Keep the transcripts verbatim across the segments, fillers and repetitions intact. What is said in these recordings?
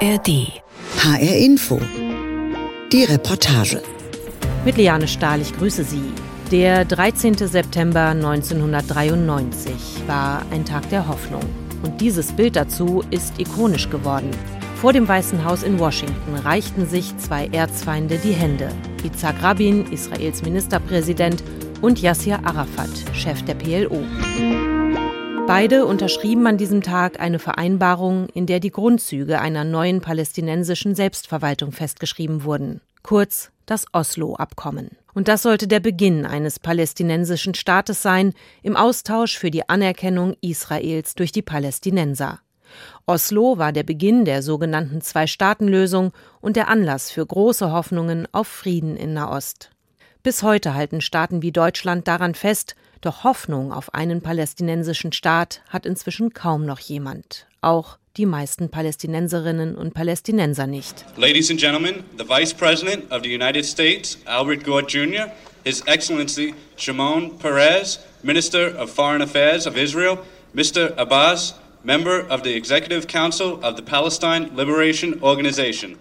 R D. H R Info. Die Reportage. Mit Liane Stahl, ich grüße Sie. Der dreizehnte September neunzehnhundertdreiundneunzig war ein Tag der Hoffnung. Und dieses Bild dazu ist ikonisch geworden. Vor dem Weißen Haus in Washington reichten sich zwei Erzfeinde die Hände. Yitzhak Rabin, Israels Ministerpräsident, und Yasser Arafat, Chef der P L O. Beide unterschrieben an diesem Tag eine Vereinbarung, in der die Grundzüge einer neuen palästinensischen Selbstverwaltung festgeschrieben wurden. Kurz das Oslo-Abkommen. Und das sollte der Beginn eines palästinensischen Staates sein, im Austausch für die Anerkennung Israels durch die Palästinenser. Oslo war der Beginn der sogenannten Zwei-Staaten-Lösung und der Anlass für große Hoffnungen auf Frieden in Nahost. Bis heute halten Staaten wie Deutschland daran fest, doch Hoffnung auf einen palästinensischen Staat hat inzwischen kaum noch jemand. Auch die meisten Palästinenserinnen und Palästinenser nicht. Ladies and gentlemen, the Vice President of the United States, Albert Gore Junior, His Excellency Shimon Peres, Minister of Foreign Affairs of Israel, Mister Abbas, Member of the Executive Council of the Palestine Liberation Organization.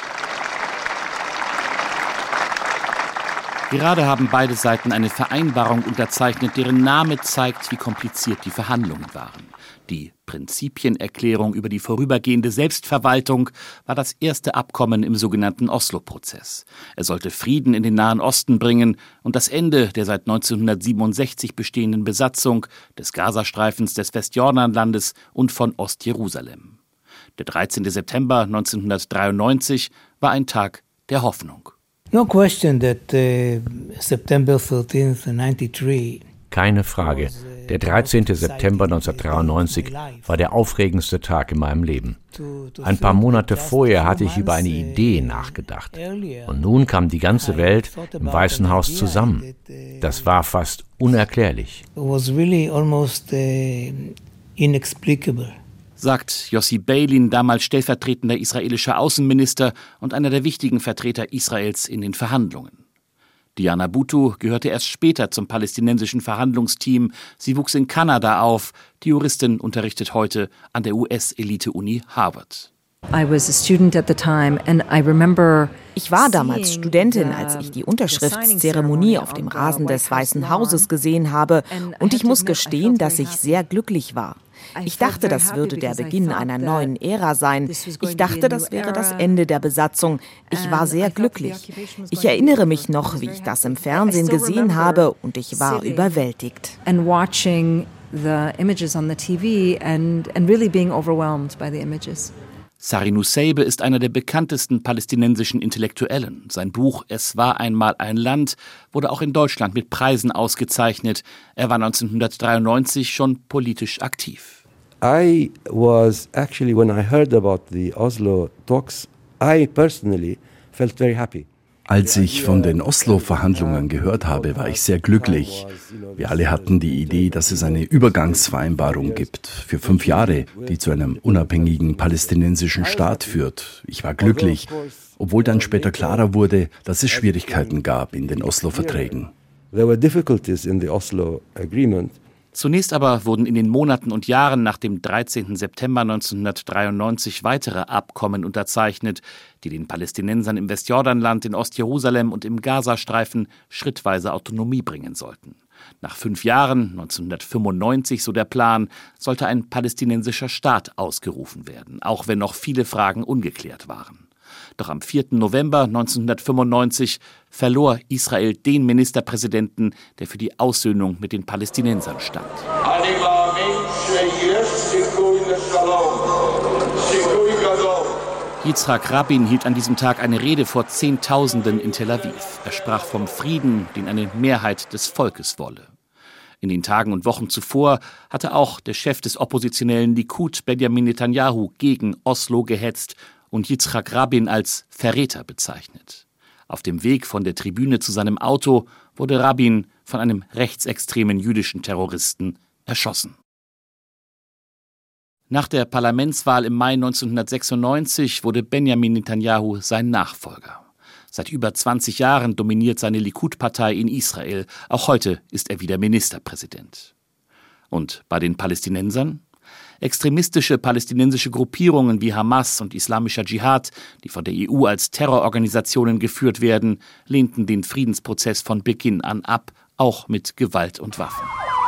Gerade haben beide Seiten eine Vereinbarung unterzeichnet, deren Name zeigt, wie kompliziert die Verhandlungen waren. Die Prinzipienerklärung über die vorübergehende Selbstverwaltung war das erste Abkommen im sogenannten Oslo-Prozess. Er sollte Frieden in den Nahen Osten bringen und das Ende der seit neunzehnhundertsiebenundsechzig bestehenden Besatzung des Gazastreifens, des Westjordanlandes und von Ostjerusalem. Der dreizehnte September neunzehnhundertdreiundneunzig war ein Tag der Hoffnung. No question that uh, September thirteenth, ninety-three. Keine Frage. Der dreizehnte September neunzehnhundertdreiundneunzig war der aufregendste Tag in meinem Leben. Ein paar Monate vorher hatte ich über eine Idee nachgedacht. Und nun kam die ganze Welt im Weißen Haus zusammen. Das war fast unerklärlich. It was really almost uh, inexplicable. Sagt Yossi Beilin, damals stellvertretender israelischer Außenminister und einer der wichtigen Vertreter Israels in den Verhandlungen. Diana Buttu gehörte erst später zum palästinensischen Verhandlungsteam. Sie wuchs in Kanada auf. Die Juristin unterrichtet heute an der U S-Elite-Uni Harvard. Ich war damals Studentin, als ich die Unterschriftszeremonie auf dem Rasen des Weißen Hauses gesehen habe, und ich muss gestehen, dass ich sehr glücklich war. Ich dachte, das würde der Beginn einer neuen Ära sein. Ich dachte, das wäre das Ende der Besatzung. Ich war sehr glücklich. Ich erinnere mich noch, wie ich das im Fernsehen gesehen habe, und ich war überwältigt. And watching the images on the T V and and really being overwhelmed by the images. Sari Nusseibeh ist einer der bekanntesten palästinensischen Intellektuellen. Sein Buch »Es war einmal ein Land« wurde auch in Deutschland mit Preisen ausgezeichnet. Er war neunzehnhundertdreiundneunzig schon politisch aktiv. I was actually, when I heard about the Oslo talks, I personally felt very happy. Als ich von den Oslo-Verhandlungen gehört habe, war ich sehr glücklich. Wir alle hatten die Idee, dass es eine Übergangsvereinbarung gibt für fünf Jahre, die zu einem unabhängigen palästinensischen Staat führt. Ich war glücklich, obwohl dann später klarer wurde, dass es Schwierigkeiten gab in den Oslo-Verträgen. There were difficulties in the Oslo agreement. Zunächst aber wurden in den Monaten und Jahren nach dem dreizehnten September neunzehnhundertdreiundneunzig weitere Abkommen unterzeichnet, die den Palästinensern im Westjordanland, in Ostjerusalem und im Gazastreifen schrittweise Autonomie bringen sollten. Nach fünf Jahren, neunzehnhundertfünfundneunzig, so der Plan, sollte ein palästinensischer Staat ausgerufen werden, auch wenn noch viele Fragen ungeklärt waren. Doch am vierten November neunzehnhundertfünfundneunzig verlor Israel den Ministerpräsidenten, der für die Aussöhnung mit den Palästinensern stand. Yitzhak Rabin hielt an diesem Tag eine Rede vor Zehntausenden in Tel Aviv. Er sprach vom Frieden, den eine Mehrheit des Volkes wolle. In den Tagen und Wochen zuvor hatte auch der Chef des oppositionellen Likud, Benjamin Netanyahu, gegen Oslo gehetzt und Yitzhak Rabin als Verräter bezeichnet. Auf dem Weg von der Tribüne zu seinem Auto wurde Rabin von einem rechtsextremen jüdischen Terroristen erschossen. Nach der Parlamentswahl im Mai neunzehnhundertsechsundneunzig wurde Benjamin Netanyahu sein Nachfolger. Seit über zwanzig Jahren dominiert seine Likud-Partei in Israel. Auch heute ist er wieder Ministerpräsident. Und bei den Palästinensern? Extremistische palästinensische Gruppierungen wie Hamas und Islamischer Dschihad, die von der E U als Terrororganisationen geführt werden, lehnten den Friedensprozess von Beginn an ab, auch mit Gewalt und Waffen.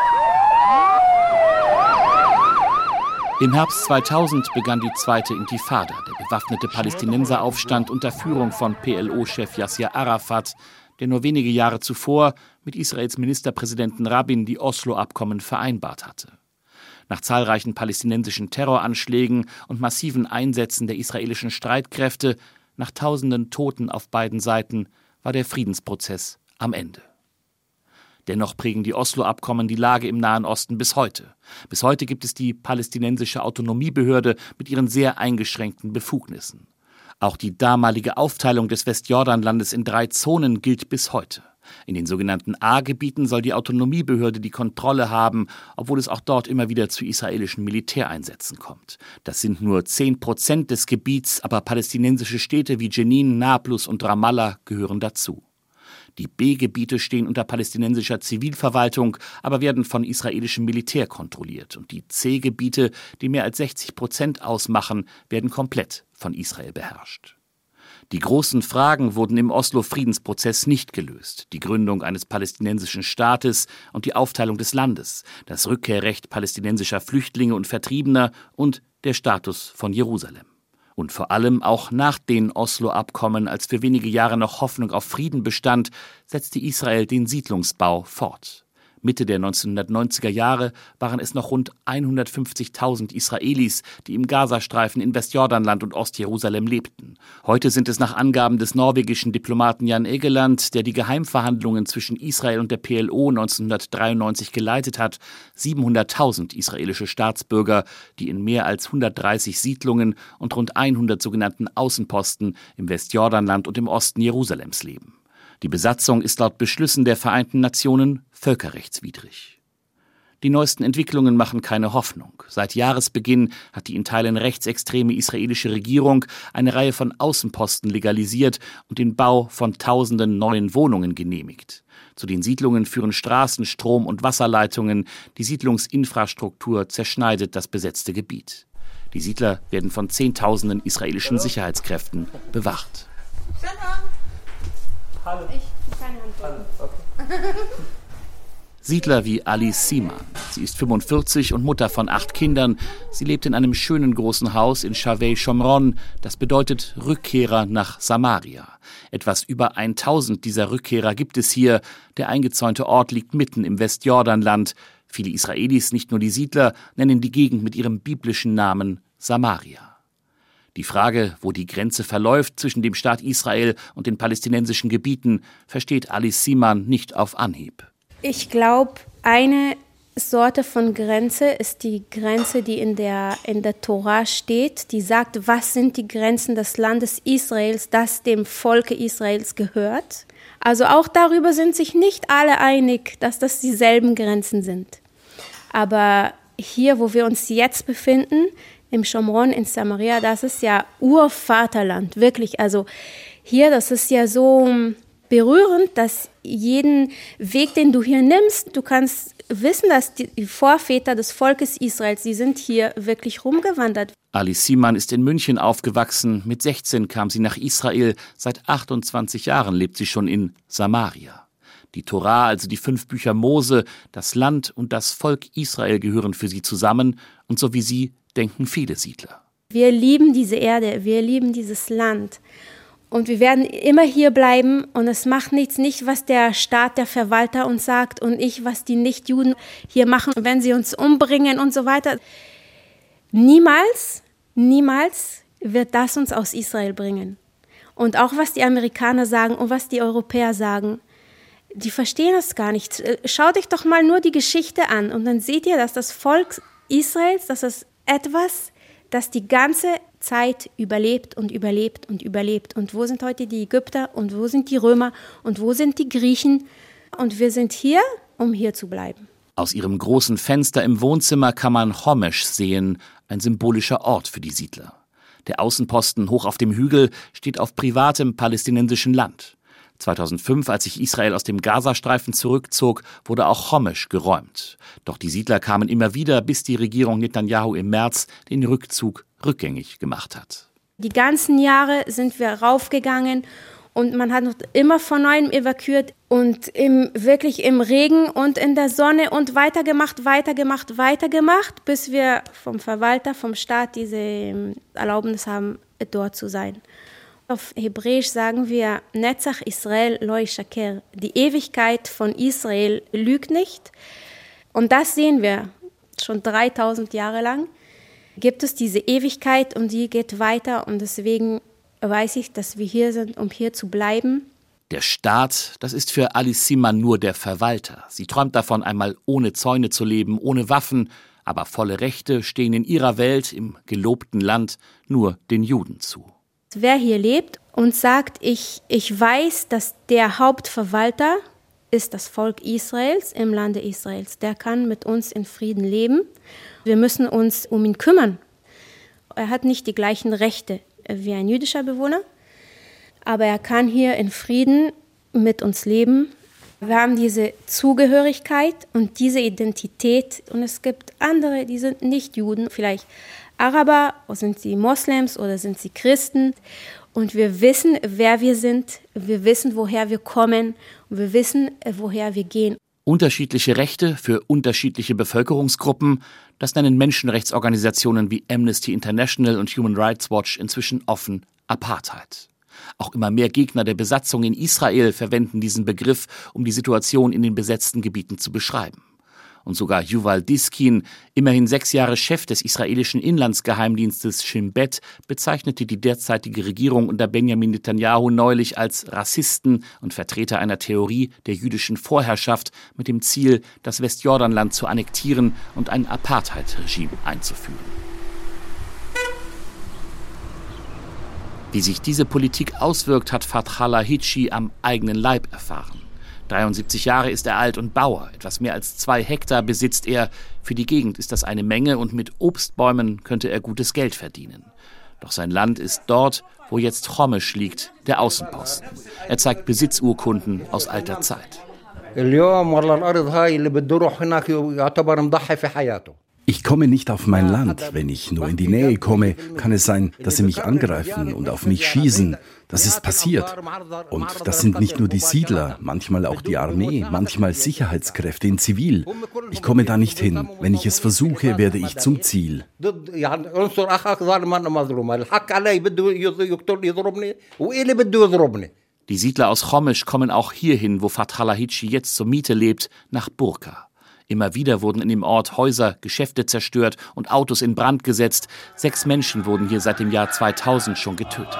Im Herbst zweitausend begann die zweite Intifada, der bewaffnete Palästinenseraufstand unter Führung von P L O-Chef Yasser Arafat, der nur wenige Jahre zuvor mit Israels Ministerpräsidenten Rabin die Oslo-Abkommen vereinbart hatte. Nach zahlreichen palästinensischen Terroranschlägen und massiven Einsätzen der israelischen Streitkräfte, nach tausenden Toten auf beiden Seiten, war der Friedensprozess am Ende. Dennoch prägen die Oslo-Abkommen die Lage im Nahen Osten bis heute. Bis heute gibt es die palästinensische Autonomiebehörde mit ihren sehr eingeschränkten Befugnissen. Auch die damalige Aufteilung des Westjordanlandes in drei Zonen gilt bis heute. In den sogenannten A-Gebieten soll die Autonomiebehörde die Kontrolle haben, obwohl es auch dort immer wieder zu israelischen Militäreinsätzen kommt. Das sind nur zehn Prozent des Gebiets, aber palästinensische Städte wie Jenin, Nablus und Ramallah gehören dazu. Die B-Gebiete stehen unter palästinensischer Zivilverwaltung, aber werden von israelischem Militär kontrolliert. Und die C-Gebiete, die mehr als sechzig Prozent ausmachen, werden komplett von Israel beherrscht. Die großen Fragen wurden im Oslo-Friedensprozess nicht gelöst. Die Gründung eines palästinensischen Staates und die Aufteilung des Landes, das Rückkehrrecht palästinensischer Flüchtlinge und Vertriebener und der Status von Jerusalem. Und vor allem auch nach den Oslo-Abkommen, als für wenige Jahre noch Hoffnung auf Frieden bestand, setzte Israel den Siedlungsbau fort. Mitte der neunzehnhundertneunziger Jahre waren es noch rund hundertfünfzigtausend Israelis, die im Gazastreifen in Westjordanland und Ostjerusalem lebten. Heute sind es nach Angaben des norwegischen Diplomaten Jan Egeland, der die Geheimverhandlungen zwischen Israel und der P L O neunzehnhundertdreiundneunzig geleitet hat, siebenhunderttausend israelische Staatsbürger, die in mehr als hundertdreißig Siedlungen und rund hundert sogenannten Außenposten im Westjordanland und im Osten Jerusalems leben. Die Besatzung ist laut Beschlüssen der Vereinten Nationen völkerrechtswidrig. Die neuesten Entwicklungen machen keine Hoffnung. Seit Jahresbeginn hat die in Teilen rechtsextreme israelische Regierung eine Reihe von Außenposten legalisiert und den Bau von tausenden neuen Wohnungen genehmigt. Zu den Siedlungen führen Straßen, Strom- und Wasserleitungen. Die Siedlungsinfrastruktur zerschneidet das besetzte Gebiet. Die Siedler werden von Zehntausenden israelischen Sicherheitskräften bewacht. Ich kann antworten. Siedler wie Alice Siman. Sie ist fünfundvierzig und Mutter von acht Kindern. Sie lebt in einem schönen großen Haus in Shavei Shomron. Das bedeutet Rückkehrer nach Samaria. Etwas über tausend dieser Rückkehrer gibt es hier. Der eingezäunte Ort liegt mitten im Westjordanland. Viele Israelis, nicht nur die Siedler, nennen die Gegend mit ihrem biblischen Namen Samaria. Die Frage, wo die Grenze verläuft zwischen dem Staat Israel und den palästinensischen Gebieten, versteht Alice Siman nicht auf Anhieb. Ich glaube, eine Sorte von Grenze ist die Grenze, die in der, in der Tora steht, die sagt, was sind die Grenzen des Landes Israels, das dem Volke Israels gehört. Also auch darüber sind sich nicht alle einig, dass das dieselben Grenzen sind. Aber hier, wo wir uns jetzt befinden, im Shomron in Samaria, das ist ja Urvaterland, wirklich. Also hier, das ist ja so berührend, dass jeden Weg, den du hier nimmst, du kannst wissen, dass die Vorväter des Volkes Israels, die sind hier wirklich rumgewandert. Alice Siman ist in München aufgewachsen. Mit sechzehn kam sie nach Israel. Seit achtundzwanzig Jahren lebt sie schon in Samaria. Die Tora, also die fünf Bücher Mose, das Land und das Volk Israel gehören für sie zusammen. Und so wie sie denken viele Siedler. Wir lieben diese Erde, wir lieben dieses Land. Und wir werden immer hier bleiben und es macht nichts, nicht was der Staat, der Verwalter uns sagt und nicht, was die Nichtjuden hier machen, wenn sie uns umbringen und so weiter. Niemals, niemals wird das uns aus Israel bringen. Und auch was die Amerikaner sagen und was die Europäer sagen, die verstehen das gar nicht. Schaut euch doch mal nur die Geschichte an und dann seht ihr, dass das Volk Israels, dass es etwas, das die ganze Zeit überlebt und überlebt und überlebt. Und wo sind heute die Ägypter und wo sind die Römer und wo sind die Griechen? Und wir sind hier, um hier zu bleiben. Aus ihrem großen Fenster im Wohnzimmer kann man Homesh sehen, ein symbolischer Ort für die Siedler. Der Außenposten hoch auf dem Hügel steht auf privatem palästinensischen Land. zweitausendfünf, als sich Israel aus dem Gazastreifen zurückzog, wurde auch Homesh geräumt. Doch die Siedler kamen immer wieder, bis die Regierung Netanyahu im März den Rückzug rückgängig gemacht hat. Die ganzen Jahre sind wir raufgegangen und man hat noch immer von neuem evakuiert und im, wirklich im Regen und in der Sonne und weitergemacht, weitergemacht, weitergemacht, bis wir vom Verwalter, vom Staat diese Erlaubnis haben, dort zu sein. Auf Hebräisch sagen wir Netzach Israel lo yishaker. Die Ewigkeit von Israel lügt nicht. Und das sehen wir schon dreitausend Jahre lang. Gibt es diese Ewigkeit und die geht weiter. Und deswegen weiß ich, dass wir hier sind, um hier zu bleiben. Der Staat, das ist für Alice Simon nur der Verwalter. Sie träumt davon, einmal ohne Zäune zu leben, ohne Waffen. Aber volle Rechte stehen in ihrer Welt, im gelobten Land, nur den Juden zu. Wer hier lebt und sagt, ich, ich weiß, dass der Hauptverwalter ist das Volk Israels im Lande Israels. Der kann mit uns in Frieden leben. Wir müssen uns um ihn kümmern. Er hat nicht die gleichen Rechte wie ein jüdischer Bewohner, aber er kann hier in Frieden mit uns leben. Wir haben diese Zugehörigkeit und diese Identität und es gibt andere, die sind nicht Juden, vielleicht Araber, oder sind sie Moslems oder sind sie Christen und wir wissen, wer wir sind, wir wissen, woher wir kommen und wir wissen, woher wir gehen. Unterschiedliche Rechte für unterschiedliche Bevölkerungsgruppen, das nennen Menschenrechtsorganisationen wie Amnesty International und Human Rights Watch inzwischen offen Apartheid. Auch immer mehr Gegner der Besatzung in Israel verwenden diesen Begriff, um die Situation in den besetzten Gebieten zu beschreiben. Und sogar Yuval Diskin, immerhin sechs Jahre Chef des israelischen Inlandsgeheimdienstes Shin Bet, bezeichnete die derzeitige Regierung unter Benjamin Netanyahu neulich als Rassisten und Vertreter einer Theorie der jüdischen Vorherrschaft mit dem Ziel, das Westjordanland zu annektieren und ein Apartheid-Regime einzuführen. Wie sich diese Politik auswirkt, hat Fatah Lahici am eigenen Leib erfahren. dreiundsiebzig Jahre ist er alt und Bauer. Etwas mehr als zwei Hektar besitzt er. Für die Gegend ist das eine Menge und mit Obstbäumen könnte er gutes Geld verdienen. Doch sein Land ist dort, wo jetzt Homesh liegt, der Außenposten. Er zeigt Besitzurkunden aus alter Zeit. Ich komme nicht auf mein Land. Wenn ich nur in die Nähe komme, kann es sein, dass sie mich angreifen und auf mich schießen. Das ist passiert. Und das sind nicht nur die Siedler, manchmal auch die Armee, manchmal Sicherheitskräfte in Zivil. Ich komme da nicht hin. Wenn ich es versuche, werde ich zum Ziel. Die Siedler aus Homesh kommen auch hierhin, wo Fatah Lahici jetzt zur Miete lebt, nach Burka. Immer wieder wurden in dem Ort Häuser, Geschäfte zerstört und Autos in Brand gesetzt. Sechs Menschen wurden hier seit dem Jahr zweitausend schon getötet.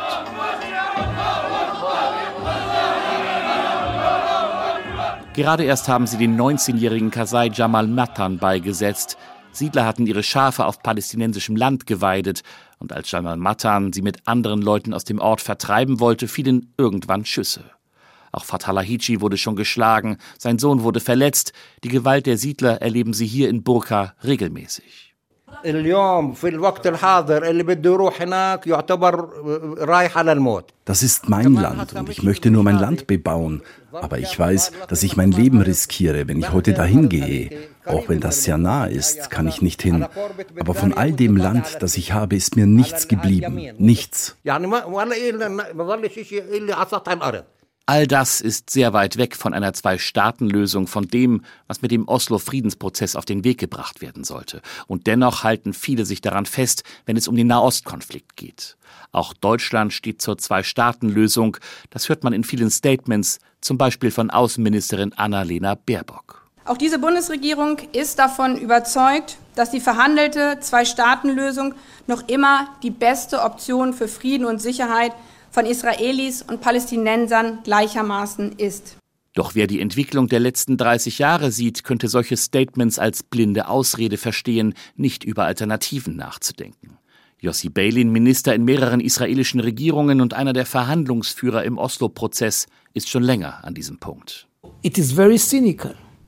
Gerade erst haben sie den neunzehnjährigen Kasai Jamal Matan beigesetzt. Siedler hatten ihre Schafe auf palästinensischem Land geweidet. Und als Jamal Matan sie mit anderen Leuten aus dem Ort vertreiben wollte, fielen irgendwann Schüsse. Auch Fatah Lahici wurde schon geschlagen, sein Sohn wurde verletzt. Die Gewalt der Siedler erleben sie hier in Burka regelmäßig. Das ist mein Land und ich möchte nur mein Land bebauen. Aber ich weiß, dass ich mein Leben riskiere, wenn ich heute dahin gehe. Auch wenn das sehr nah ist, kann ich nicht hin. Aber von all dem Land, das ich habe, ist mir nichts geblieben. Nichts. All das ist sehr weit weg von einer Zwei-Staaten-Lösung, von dem, was mit dem Oslo-Friedensprozess auf den Weg gebracht werden sollte. Und dennoch halten viele sich daran fest, wenn es um den Nahostkonflikt geht. Auch Deutschland steht zur Zwei-Staaten-Lösung. Das hört man in vielen Statements, zum Beispiel von Außenministerin Annalena Baerbock. Auch diese Bundesregierung ist davon überzeugt, dass die verhandelte Zwei-Staaten-Lösung noch immer die beste Option für Frieden und Sicherheit von Israelis und Palästinensern gleichermaßen ist. Doch wer die Entwicklung der letzten dreißig Jahre sieht, könnte solche Statements als blinde Ausrede verstehen, nicht über Alternativen nachzudenken. Yossi Beilin, Minister in mehreren israelischen Regierungen und einer der Verhandlungsführer im Oslo-Prozess, ist schon länger an diesem Punkt. It is very cynical.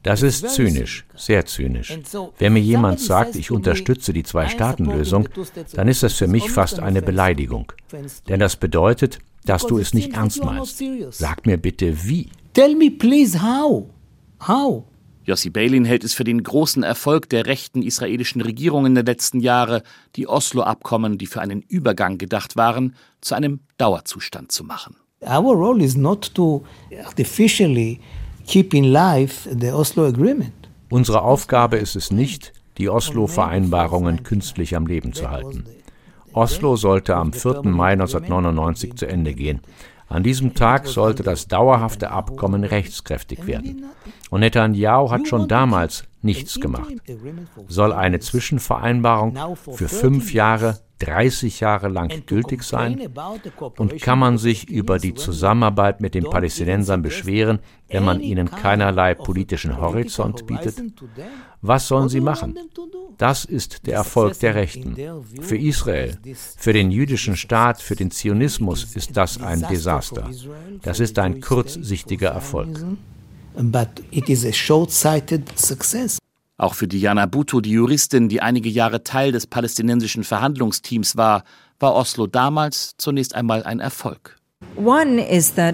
Das ist zynisch, sehr zynisch. Wenn mir jemand sagt, ich unterstütze die Zwei-Staaten-Lösung, dann ist das für mich fast eine Beleidigung. Denn das bedeutet, dass du es nicht ernst meinst. Sag mir bitte, wie. Tell me please how. How? Yossi Beilin hält es für den großen Erfolg der rechten israelischen Regierung in den letzten Jahren, die Oslo-Abkommen, die für einen Übergang gedacht waren, zu einem Dauerzustand zu machen. Our role is not to artificially keep in life the Oslo Agreement. Unsere Aufgabe ist es nicht, die Oslo-Vereinbarungen künstlich am Leben zu halten. Oslo sollte am vierten Mai neunzehnhundertneunundneunzig zu Ende gehen. An diesem Tag sollte das dauerhafte Abkommen rechtskräftig werden. Und Netanyahu hat schon damals nichts gemacht. Soll eine Zwischenvereinbarung für fünf Jahre, dreißig Jahre lang gültig sein? Und kann man sich über die Zusammenarbeit mit den Palästinensern beschweren, wenn man ihnen keinerlei politischen Horizont bietet? Was sollen sie machen? Das ist der Erfolg der Rechten. Für Israel, für den jüdischen Staat, für den Zionismus ist das ein Desaster. Das ist ein kurzsichtiger Erfolg. But it is a short-sighted success. Auch für Diana Butto, die Juristin, die einige Jahre Teil des palästinensischen Verhandlungsteams war, war Oslo damals zunächst einmal ein Erfolg. One is that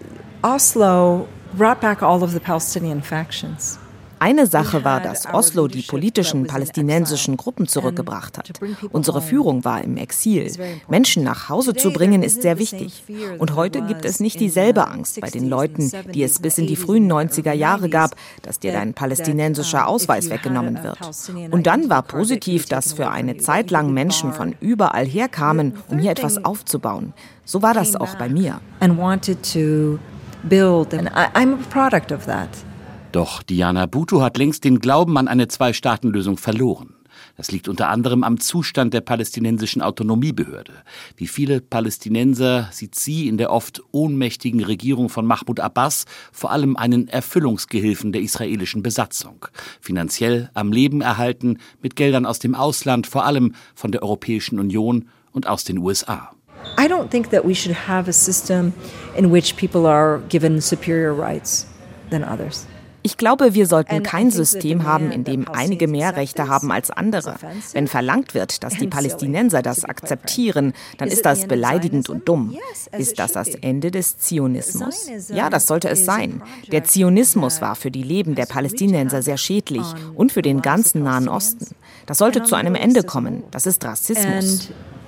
Oslo brought back all of the Palestinian factions. Eine Sache war, dass Oslo die politischen palästinensischen Gruppen zurückgebracht hat. Unsere Führung war im Exil. Menschen nach Hause zu bringen, ist sehr wichtig. Und heute gibt es nicht dieselbe Angst bei den Leuten, die es bis in die frühen neunziger Jahre gab, dass dir dein palästinensischer Ausweis weggenommen wird. Und dann war positiv, dass für eine Zeit lang Menschen von überall her kamen, um hier etwas aufzubauen. So war das auch bei mir. And wanted to build, and I'm a product of that. Doch Diana Butto hat längst den Glauben an eine Zwei-Staaten-Lösung verloren. Das liegt unter anderem am Zustand der palästinensischen Autonomiebehörde. Wie viele Palästinenser sieht sie in der oft ohnmächtigen Regierung von Mahmoud Abbas vor allem einen Erfüllungsgehilfen der israelischen Besatzung. Finanziell am Leben erhalten, mit Geldern aus dem Ausland, vor allem von der Europäischen Union und aus den U S A. I don't think that we should have a system in which people are given superior rights than others. Ich glaube, wir sollten kein System haben, in dem einige mehr Rechte haben als andere. Wenn verlangt wird, dass die Palästinenser das akzeptieren, dann ist das beleidigend und dumm. Ist das das Ende des Zionismus? Ja, das sollte es sein. Der Zionismus war für die Leben der Palästinenser sehr schädlich und für den ganzen Nahen Osten. Das sollte zu einem Ende kommen. Das ist Rassismus.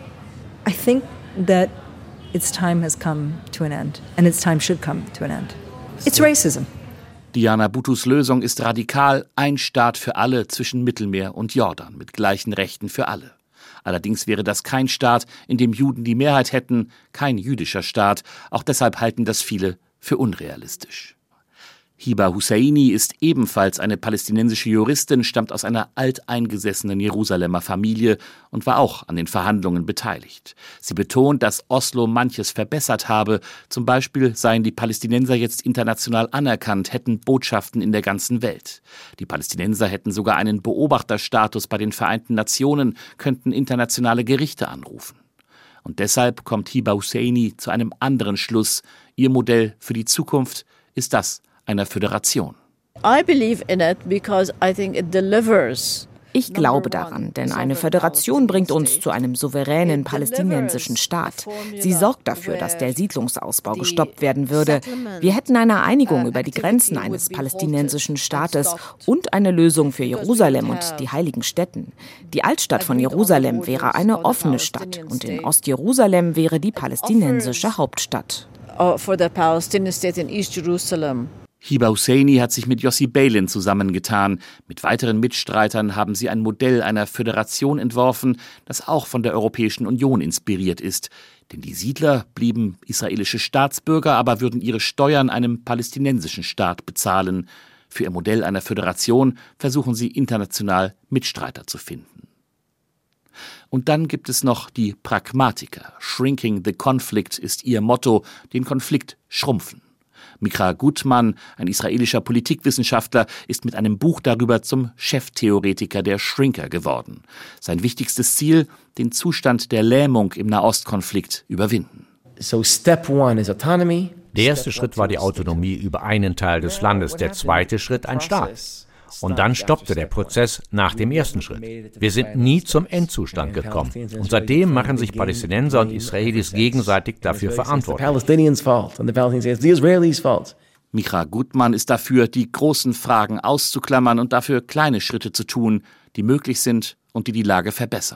I think that its time has come to an end, and its time should come to an end. It's racism. Diana Buttos Lösung ist radikal, ein Staat für alle zwischen Mittelmeer und Jordan, mit gleichen Rechten für alle. Allerdings wäre das kein Staat, in dem Juden die Mehrheit hätten, kein jüdischer Staat. Auch deshalb halten das viele für unrealistisch. Hiba Husseini ist ebenfalls eine palästinensische Juristin, stammt aus einer alteingesessenen Jerusalemer Familie und war auch an den Verhandlungen beteiligt. Sie betont, dass Oslo manches verbessert habe. Zum Beispiel seien die Palästinenser jetzt international anerkannt, hätten Botschaften in der ganzen Welt. Die Palästinenser hätten sogar einen Beobachterstatus bei den Vereinten Nationen, könnten internationale Gerichte anrufen. Und deshalb kommt Hiba Husseini zu einem anderen Schluss. Ihr Modell für die Zukunft ist das einer Föderation. I believe in it because I think it delivers. Ich glaube daran, denn eine Föderation bringt uns zu einem souveränen palästinensischen Staat. Sie sorgt dafür, dass der Siedlungsausbau gestoppt werden würde. Wir hätten eine Einigung über die Grenzen eines palästinensischen Staates und eine Lösung für Jerusalem und die heiligen Städten. Die Altstadt von Jerusalem wäre eine offene Stadt und in Ostjerusalem wäre die palästinensische Hauptstadt. For the Palestinian state in East Jerusalem. Hiba Husseini hat sich mit Yossi Beilin zusammengetan. Mit weiteren Mitstreitern haben sie ein Modell einer Föderation entworfen, das auch von der Europäischen Union inspiriert ist. Denn die Siedler blieben israelische Staatsbürger, aber würden ihre Steuern einem palästinensischen Staat bezahlen. Für ihr Modell einer Föderation versuchen sie international Mitstreiter zu finden. Und dann gibt es noch die Pragmatiker. Shrinking the conflict ist ihr Motto, den Konflikt schrumpfen. Mikra Gutman, ein israelischer Politikwissenschaftler, ist mit einem Buch darüber zum Cheftheoretiker der Shrinker geworden. Sein wichtigstes Ziel, den Zustand der Lähmung im Nahostkonflikt überwinden. So step one is autonomy. Der erste Schritt war die Autonomie über einen Teil des Landes, der zweite Schritt ein Staat. Und dann stoppte der Prozess nach dem ersten Schritt. Wir sind nie zum Endzustand gekommen. Und seitdem machen sich Palästinenser und Israelis gegenseitig dafür verantwortlich. Micha Gutmann ist dafür, die großen Fragen auszuklammern und dafür kleine Schritte zu tun, die möglich sind und die die Lage verbessern.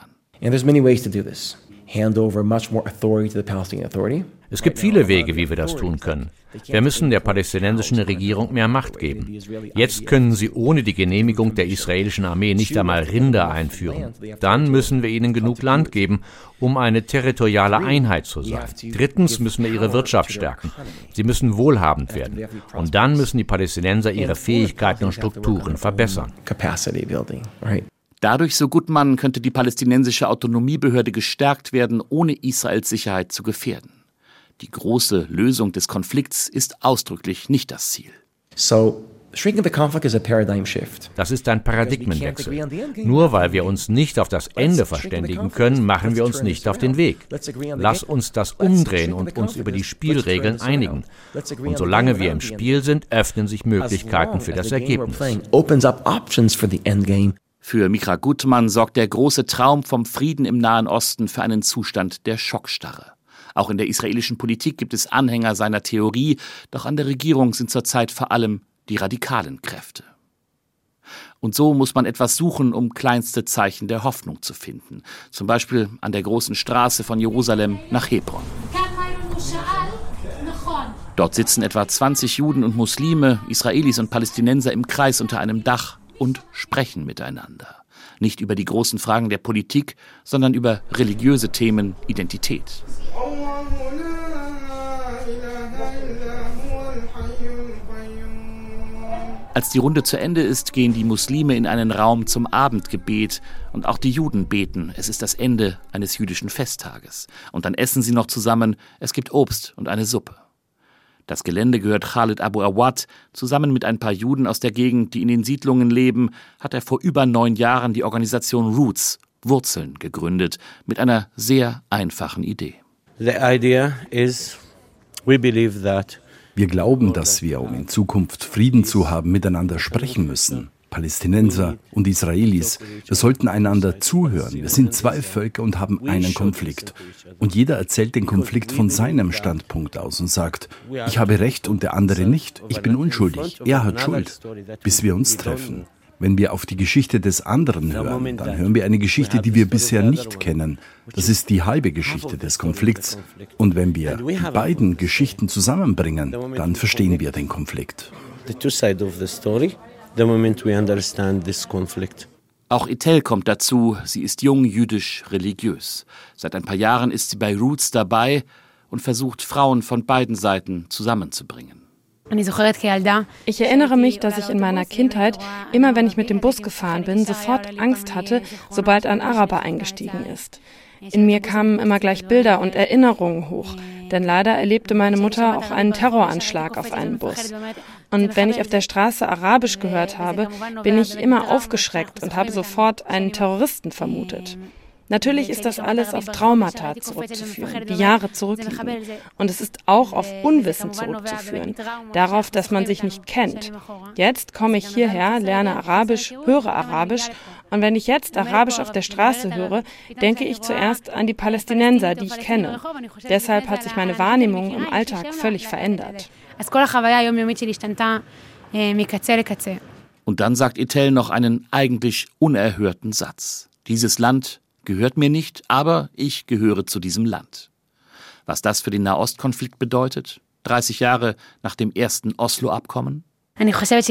Es gibt viele Wege, wie wir das tun können. Wir müssen der palästinensischen Regierung mehr Macht geben. Jetzt können sie ohne die Genehmigung der israelischen Armee nicht einmal Rinder einführen. Dann müssen wir ihnen genug Land geben, um eine territoriale Einheit zu sein. Drittens müssen wir ihre Wirtschaft stärken. Sie müssen wohlhabend werden. Und dann müssen die Palästinenser ihre Fähigkeiten und Strukturen verbessern. Dadurch, so Gutmann, könnte die palästinensische Autonomiebehörde gestärkt werden, ohne Israels Sicherheit zu gefährden. Die große Lösung des Konflikts ist ausdrücklich nicht das Ziel. Das ist ein Paradigmenwechsel. Nur weil wir uns nicht auf das Ende verständigen können, machen wir uns nicht auf den Weg. Lass uns das umdrehen und uns über die Spielregeln einigen. Und solange wir im Spiel sind, öffnen sich Möglichkeiten für das Ergebnis. Für Micha Gutmann sorgt der große Traum vom Frieden im Nahen Osten für einen Zustand der Schockstarre. Auch in der israelischen Politik gibt es Anhänger seiner Theorie, doch an der Regierung sind zurzeit vor allem die radikalen Kräfte. Und so muss man etwas suchen, um kleinste Zeichen der Hoffnung zu finden. Zum Beispiel an der großen Straße von Jerusalem nach Hebron. Dort sitzen etwa zwanzig Juden und Muslime, Israelis und Palästinenser im Kreis unter einem Dach und sprechen miteinander. Nicht über die großen Fragen der Politik, sondern über religiöse Themen, Identität. Als die Runde zu Ende ist, gehen die Muslime in einen Raum zum Abendgebet und auch die Juden beten. Es ist das Ende eines jüdischen Festtages. Und dann essen sie noch zusammen. Es gibt Obst und eine Suppe. Das Gelände gehört Khalid Abu Awad. Zusammen mit ein paar Juden aus der Gegend, die in den Siedlungen leben, hat er vor über neun Jahren die Organisation Roots, Wurzeln, gegründet, mit einer sehr einfachen Idee. The idea is, we believe that wir glauben, dass wir, um in Zukunft Frieden zu haben, miteinander sprechen müssen. Palästinenser und Israelis. Wir sollten einander zuhören. Wir sind zwei Völker und haben einen Konflikt. Und jeder erzählt den Konflikt von seinem Standpunkt aus und sagt, ich habe Recht und der andere nicht. Ich bin unschuldig. Er hat Schuld. Bis wir uns treffen. Wenn wir auf die Geschichte des anderen hören, dann hören wir eine Geschichte, die wir bisher nicht kennen. Das ist die halbe Geschichte des Konflikts. Und wenn wir die beiden Geschichten zusammenbringen, dann verstehen wir den Konflikt. Auch Etel kommt dazu. Sie ist jung, jüdisch, religiös. Seit ein paar Jahren ist sie bei Roots dabei und versucht, Frauen von beiden Seiten zusammenzubringen. Ich erinnere mich, dass ich in meiner Kindheit, immer wenn ich mit dem Bus gefahren bin, sofort Angst hatte, sobald ein Araber eingestiegen ist. In mir kamen immer gleich Bilder und Erinnerungen hoch, denn leider erlebte meine Mutter auch einen Terroranschlag auf einen Bus. Und wenn ich auf der Straße Arabisch gehört habe, bin ich immer aufgeschreckt und habe sofort einen Terroristen vermutet. Natürlich ist das alles auf Traumata zurückzuführen, die Jahre zurückliegen. Und es ist auch auf Unwissen zurückzuführen, darauf, dass man sich nicht kennt. Jetzt komme ich hierher, lerne Arabisch, höre Arabisch. Und wenn ich jetzt Arabisch auf der Straße höre, denke ich zuerst an die Palästinenser, die ich kenne. Deshalb hat sich meine Wahrnehmung im Alltag völlig verändert. Und dann sagt Etel noch einen eigentlich unerhörten Satz. Dieses Land gehört mir nicht, aber ich gehöre zu diesem Land. Was das für den Nahostkonflikt bedeutet, dreißig Jahre nach dem ersten Oslo-Abkommen? Wenn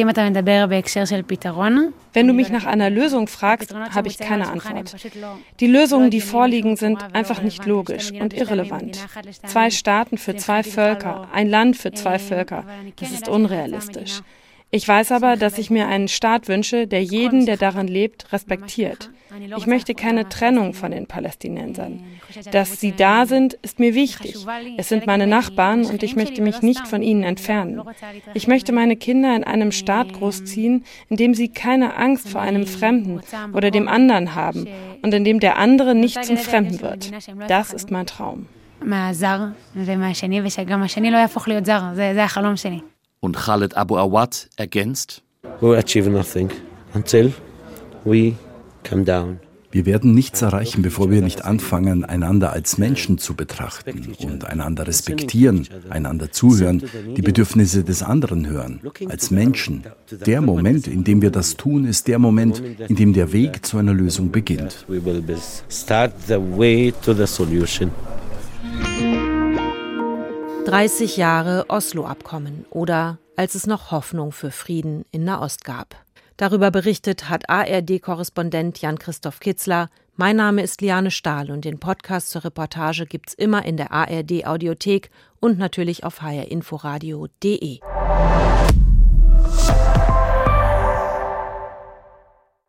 du mich nach einer Lösung fragst, habe ich keine Antwort. Die Lösungen, die vorliegen, sind einfach nicht logisch und irrelevant. Zwei Staaten für zwei Völker, ein Land für zwei Völker, das ist unrealistisch. Ich weiß aber, dass ich mir einen Staat wünsche, der jeden, der darin lebt, respektiert. Ich möchte keine Trennung von den Palästinensern. Dass sie da sind, ist mir wichtig. Es sind meine Nachbarn und ich möchte mich nicht von ihnen entfernen. Ich möchte meine Kinder in einem Staat großziehen, in dem sie keine Angst vor einem Fremden oder dem anderen haben und in dem der andere nicht zum Fremden wird. Das ist mein Traum. Und Khaled Abu Awad ergänzt: We will achieve nothing until we come down. Wir werden nichts erreichen, bevor wir nicht anfangen, einander als Menschen zu betrachten und einander respektieren, einander zuhören, die Bedürfnisse des anderen hören, als Menschen. Der Moment, in dem wir das tun, ist der Moment, in dem der Weg zu einer Lösung beginnt. dreißig Jahre Oslo-Abkommen oder als es noch Hoffnung für Frieden in Nahost gab. Darüber berichtet hat A R D-Korrespondent Jan-Christoph Kitzler. Mein Name ist Liane Stahl und den Podcast zur Reportage gibt's immer in der A R D-Audiothek und natürlich auf h r inforadio punkt d e.